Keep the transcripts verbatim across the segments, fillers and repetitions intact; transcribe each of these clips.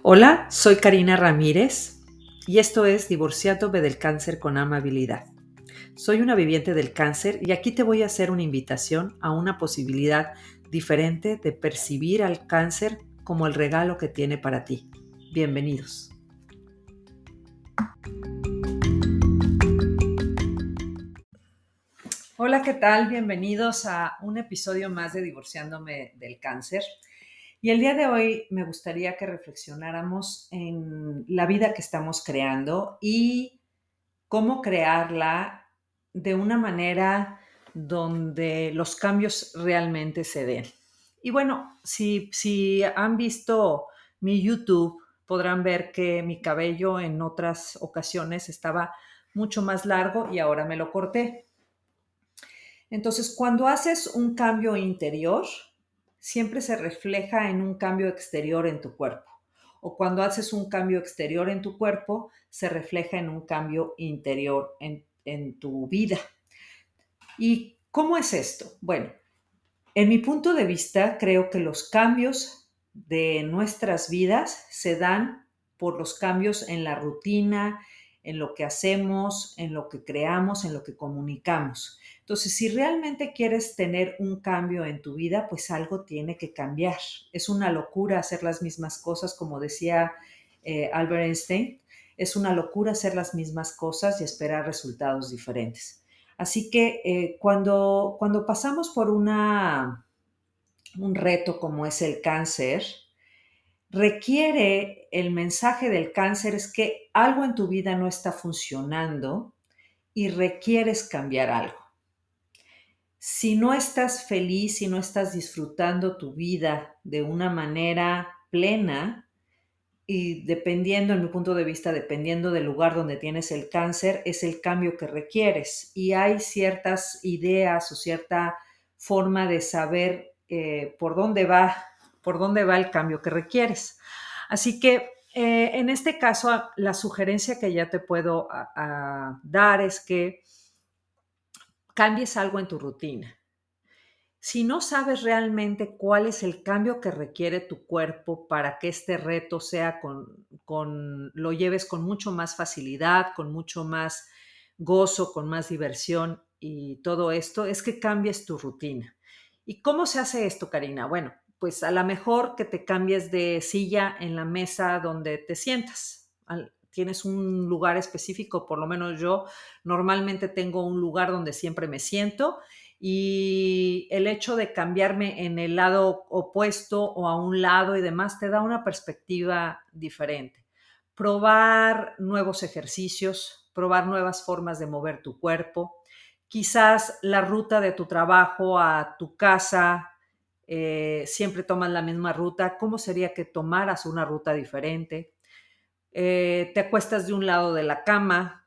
Hola, soy Karina Ramírez y esto es Divorciándome del cáncer con amabilidad. Soy una viviente del cáncer y aquí te voy a hacer una invitación a una posibilidad diferente de percibir al cáncer como el regalo que tiene para ti. Bienvenidos. Hola, ¿qué tal? Bienvenidos a un episodio más de Divorciándome del cáncer. Y el día de hoy me gustaría que reflexionáramos en la vida que estamos creando y cómo crearla de una manera donde los cambios realmente se den. Y bueno, si, si han visto mi YouTube, podrán ver que mi cabello en otras ocasiones estaba mucho más largo y ahora me lo corté. Entonces, cuando haces un cambio interior, siempre se refleja en un cambio exterior en tu cuerpo. O cuando haces un cambio exterior en tu cuerpo, se refleja en un cambio interior en, en tu vida. ¿Y cómo es esto? Bueno, en mi punto de vista, creo que los cambios de nuestras vidas se dan por los cambios en la rutina, en lo que hacemos, en lo que creamos, en lo que comunicamos. Entonces, si realmente quieres tener un cambio en tu vida, pues algo tiene que cambiar. Es una locura hacer las mismas cosas, como decía eh, Albert Einstein. Es una locura hacer las mismas cosas y esperar resultados diferentes. Así que eh, cuando, cuando pasamos por una, un reto como es el cáncer, requiere el mensaje del cáncer es que algo en tu vida no está funcionando y requieres cambiar algo. Si no estás feliz, si no estás disfrutando tu vida de una manera plena, y dependiendo, en mi punto de vista, dependiendo del lugar donde tienes el cáncer, es el cambio que requieres. Y hay ciertas ideas o cierta forma de saber eh, por dónde va, por dónde va el cambio que requieres. Así que eh, en este caso, la sugerencia que ya te puedo a, a dar es que cambies algo en tu rutina. Si no sabes realmente cuál es el cambio que requiere tu cuerpo para que este reto sea con, con, lo lleves con mucho más facilidad, con mucho más gozo, con más diversión y todo esto, es que cambies tu rutina. ¿Y cómo se hace esto, Karina? Bueno, pues a lo mejor que te cambies de silla en la mesa donde te sientas. Al, tienes un lugar específico, por lo menos yo normalmente tengo un lugar donde siempre me siento y el hecho de cambiarme en el lado opuesto o a un lado y demás te da una perspectiva diferente. Probar nuevos ejercicios, probar nuevas formas de mover tu cuerpo, quizás la ruta de tu trabajo a tu casa, eh, siempre tomas la misma ruta, ¿cómo sería que tomaras una ruta diferente? Eh, te acuestas de un lado de la cama.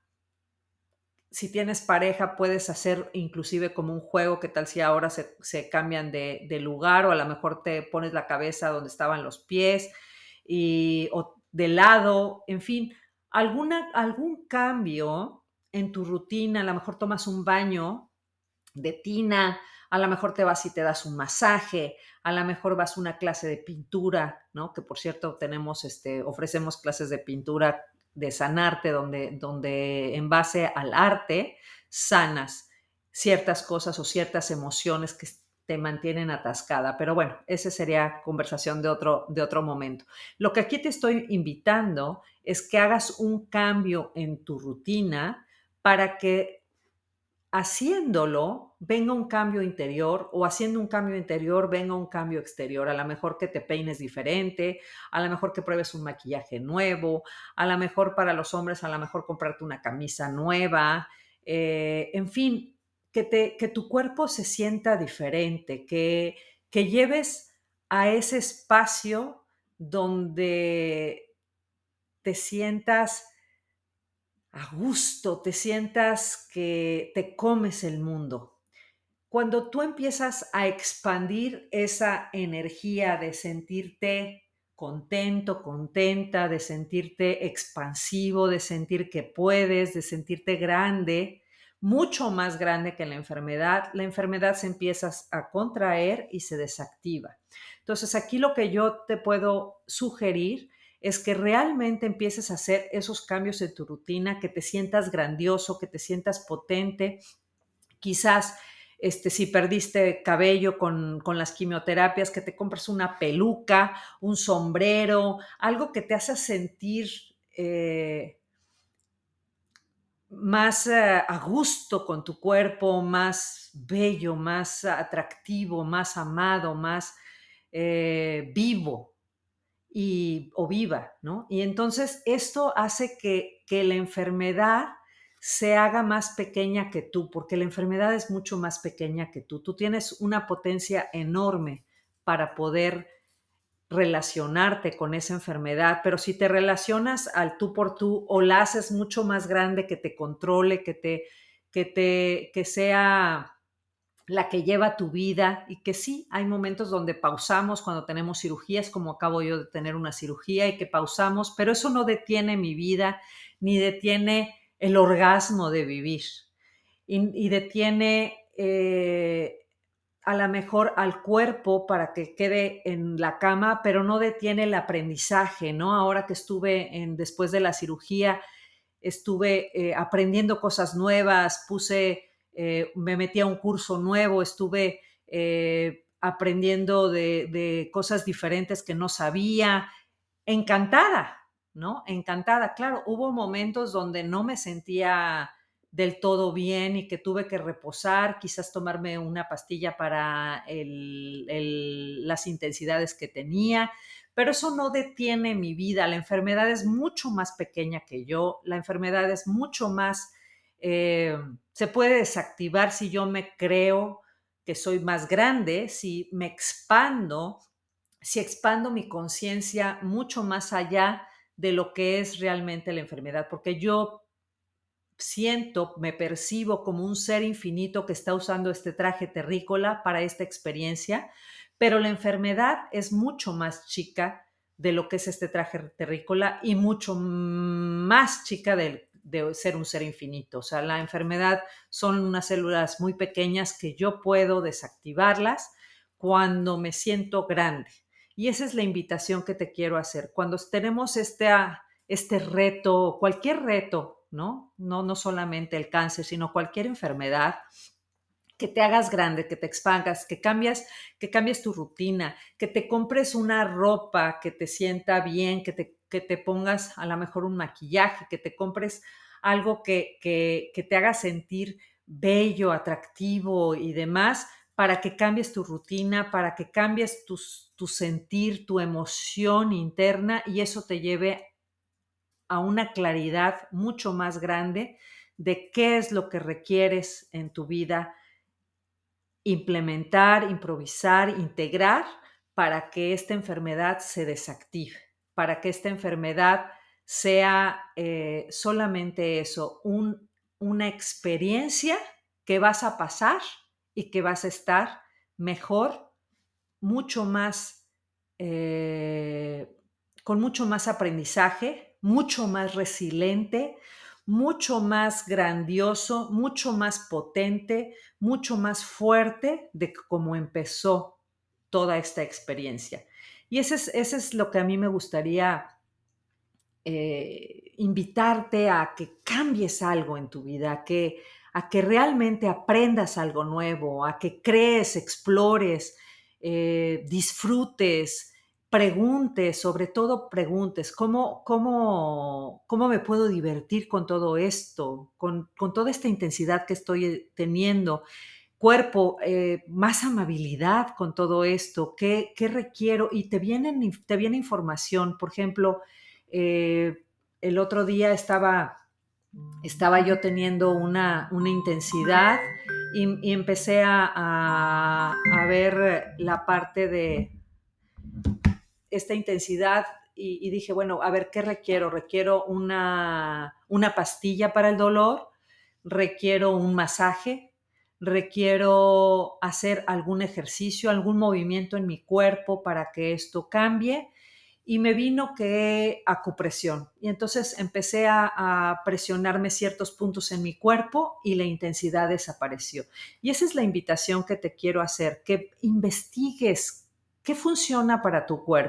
Si tienes pareja, puedes hacer inclusive como un juego, qué tal si ahora se, se cambian de, de, lugar o a lo mejor te pones la cabeza donde estaban los pies y, o de lado, en fin, alguna, algún cambio en tu rutina, a lo mejor tomas un baño de tina, a lo mejor te vas y te das un masaje, a lo mejor vas a una clase de pintura, ¿no? Que por cierto tenemos, este, ofrecemos clases de pintura de sanarte, donde, donde en base al arte sanas ciertas cosas o ciertas emociones que te mantienen atascada. Pero bueno, esa sería conversación de otro, de otro momento. Lo que aquí te estoy invitando es que hagas un cambio en tu rutina para que haciéndolo venga un cambio interior o haciendo un cambio interior venga un cambio exterior. A lo mejor que te peines diferente, a lo mejor que pruebes un maquillaje nuevo, a lo mejor para los hombres, a lo mejor comprarte una camisa nueva, eh, en fin, que, te, que tu cuerpo se sienta diferente, que, que lleves a ese espacio donde te sientas a gusto, te sientas que te comes el mundo. Cuando tú empiezas a expandir esa energía de sentirte contento, contenta, de sentirte expansivo, de sentir que puedes, de sentirte grande, mucho más grande que la enfermedad, la enfermedad se empieza a contraer y se desactiva. Entonces, aquí lo que yo te puedo sugerir es que realmente empieces a hacer esos cambios en tu rutina, que te sientas grandioso, que te sientas potente. Quizás este, si perdiste cabello con, con las quimioterapias, que te compres una peluca, un sombrero, algo que te hace sentir eh, más eh, a gusto con tu cuerpo, más bello, más atractivo, más amado, más eh, vivo y, o viva, ¿no? Y entonces esto hace que, que la enfermedad se haga más pequeña que tú, porque la enfermedad es mucho más pequeña que tú. Tú tienes una potencia enorme para poder relacionarte con esa enfermedad, pero si te relacionas al tú por tú o la haces mucho más grande, que te controle, que te, que te, que sea la que lleva tu vida, y que sí, hay momentos donde pausamos cuando tenemos cirugías, como acabo yo de tener una cirugía y que pausamos, pero eso no detiene mi vida ni detiene el orgasmo de vivir y, y detiene eh, a lo mejor al cuerpo para que quede en la cama, pero no detiene el aprendizaje, ¿no? Ahora que estuve en, después de la cirugía, estuve eh, aprendiendo cosas nuevas, puse, eh, me metí a un curso nuevo, estuve eh, aprendiendo de, de cosas diferentes que no sabía, encantada, ¿no? Encantada. Claro, hubo momentos donde no me sentía del todo bien y que tuve que reposar, quizás tomarme una pastilla para el, el, las intensidades que tenía, pero eso no detiene mi vida. La enfermedad es mucho más pequeña que yo, la enfermedad es mucho más, eh, se puede desactivar si yo me creo que soy más grande, si me expando, si expando mi conciencia mucho más allá de lo que es realmente la enfermedad, porque yo siento, me percibo como un ser infinito que está usando este traje terrícola para esta experiencia, pero la enfermedad es mucho más chica de lo que es este traje terrícola y mucho más chica de, de ser un ser infinito. O sea, la enfermedad son unas células muy pequeñas que yo puedo desactivarlas cuando me siento grande. Y esa es la invitación que te quiero hacer. Cuando tenemos este, este reto, cualquier reto, ¿no? No, no solamente el cáncer, sino cualquier enfermedad, que te hagas grande, que te expandas, que cambies, que cambies tu rutina, que te compres una ropa que te sienta bien, que te, que te pongas a lo mejor un maquillaje, que te compres algo que, que, que te haga sentir bello, atractivo y demás, para que cambies tu rutina, para que cambies tus, tu sentir, tu emoción interna, y eso te lleve a una claridad mucho más grande de qué es lo que requieres en tu vida implementar, improvisar, integrar para que esta enfermedad se desactive, para que esta enfermedad sea eh, solamente eso, un, una experiencia que vas a pasar y que vas a estar mejor, mucho más, eh, con mucho más aprendizaje, mucho más resiliente, mucho más grandioso, mucho más potente, mucho más fuerte de cómo empezó toda esta experiencia. Y ese es, ese es lo que a mí me gustaría eh, invitarte a que cambies algo en tu vida, a que, a que realmente aprendas algo nuevo, a que crees, explores, eh, disfrutes, preguntes, sobre todo preguntes, ¿cómo, cómo, cómo me puedo divertir con todo esto, con, con toda esta intensidad que estoy teniendo? Cuerpo, eh, más amabilidad con todo esto, ¿qué, qué requiero? Y te, vienen, te viene información, por ejemplo, eh, el otro día estaba, estaba yo teniendo una, una intensidad y, y empecé a, a, a ver la parte de esta intensidad y, y dije, bueno, a ver, ¿qué requiero? ¿Requiero una, una pastilla para el dolor? ¿Requiero un masaje? ¿Requiero hacer algún ejercicio, algún movimiento en mi cuerpo para que esto cambie? Y me vino que acupresión. Y entonces empecé a, a presionarme ciertos puntos en mi cuerpo y la intensidad desapareció. Y esa es la invitación que te quiero hacer, que investigues qué funciona para tu cuerpo.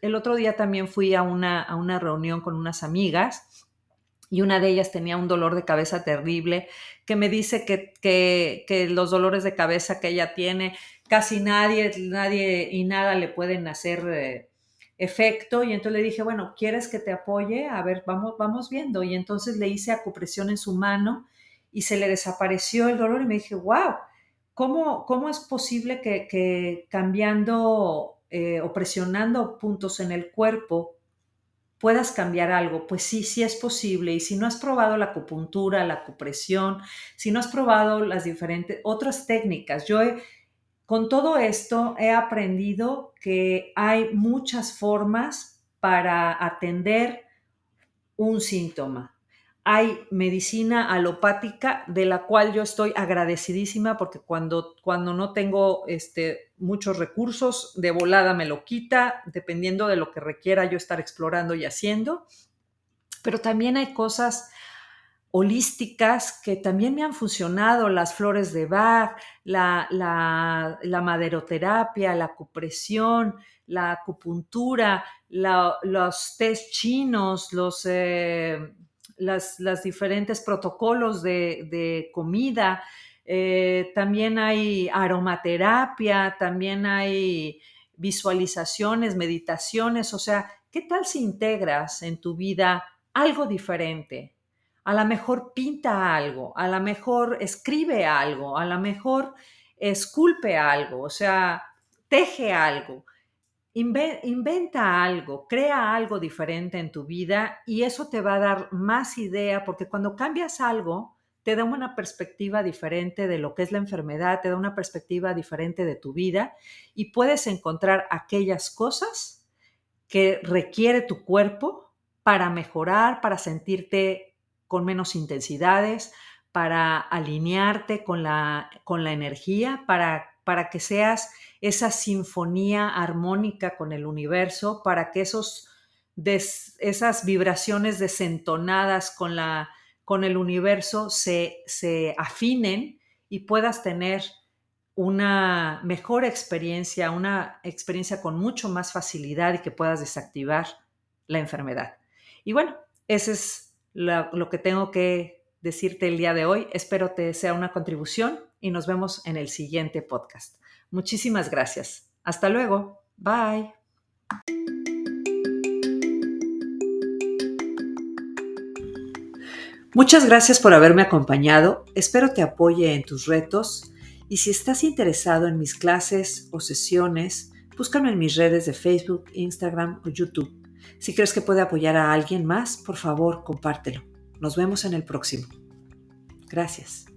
el otro día también fui a una, a una reunión con unas amigas y una de ellas tenía un dolor de cabeza terrible, que me dice que, que, que los dolores de cabeza que ella tiene, casi nadie, nadie y nada le pueden hacer eh, efecto. Y entonces le dije, bueno, ¿quieres que te apoye? A ver, vamos, vamos viendo. Y entonces le hice acupresión en su mano y se le desapareció el dolor y me dije, wow, ¿cómo, cómo es posible que, que cambiando eh, o presionando puntos en el cuerpo puedas cambiar algo? Pues sí, sí es posible. Y si no has probado la acupuntura, la acupresión, si no has probado las diferentes otras técnicas, yo he, con todo esto he aprendido que hay muchas formas para atender un síntoma. Hay medicina alopática de la cual yo estoy agradecidísima porque cuando, cuando no tengo este, muchos recursos, de volada me lo quita, dependiendo de lo que requiera yo estar explorando y haciendo. Pero también hay cosas holísticas que también me han funcionado, las flores de Bach, la, la, la maderoterapia, la acupresión, la acupuntura, la, los test chinos, los, eh, las, las, diferentes protocolos de, de comida. Eh, también hay aromaterapia, también hay visualizaciones, meditaciones. O sea, ¿qué tal si integras en tu vida algo diferente? A lo mejor pinta algo, a lo mejor escribe algo, a lo mejor esculpe algo, o sea, teje algo, inventa algo, crea algo diferente en tu vida y eso te va a dar más idea, porque cuando cambias algo, te da una perspectiva diferente de lo que es la enfermedad, te da una perspectiva diferente de tu vida y puedes encontrar aquellas cosas que requiere tu cuerpo para mejorar, para sentirte con menos intensidades, para alinearte con la, con la energía, para, para que seas esa sinfonía armónica con el universo, para que esos des, esas vibraciones desentonadas con, la, con el universo se, se afinen y puedas tener una mejor experiencia, una experiencia con mucho más facilidad y que puedas desactivar la enfermedad. Y bueno, ese es lo, lo que tengo que decirte el día de hoy. Espero te sea una contribución y nos vemos en el siguiente podcast. Muchísimas gracias. Hasta luego. Bye. Muchas gracias por haberme acompañado. Espero te apoye en tus retos. Y si estás interesado en mis clases o sesiones, búscame en mis redes de Facebook, Instagram o YouTube. Si crees que puede apoyar a alguien más, por favor, compártelo. Nos vemos en el próximo. Gracias.